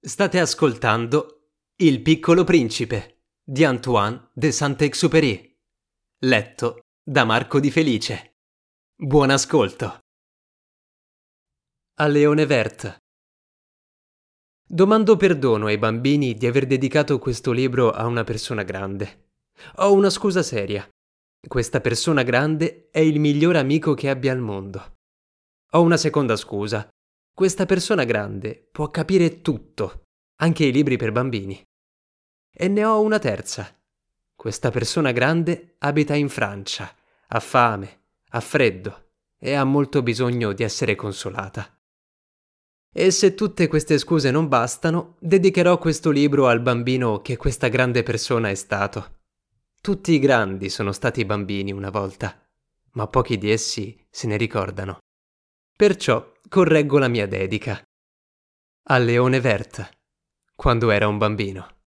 State ascoltando Il Piccolo Principe di Antoine de Saint-Exupéry, letto da Marco Di Felice. Buon ascolto. A Leone Vert. Domando perdono ai bambini di aver dedicato questo libro a una persona grande. Ho una scusa seria. Questa persona grande è il miglior amico che abbia al mondo. Ho una seconda scusa. Questa persona grande può capire tutto, anche i libri per bambini. E ne ho una terza. Questa persona grande abita in Francia, ha fame, ha freddo e ha molto bisogno di essere consolata. E se tutte queste scuse non bastano, dedicherò questo libro al bambino che questa grande persona è stato. Tutti i grandi sono stati bambini una volta, ma pochi di essi se ne ricordano. Perciò correggo la mia dedica. A Leone Vert, quando era un bambino.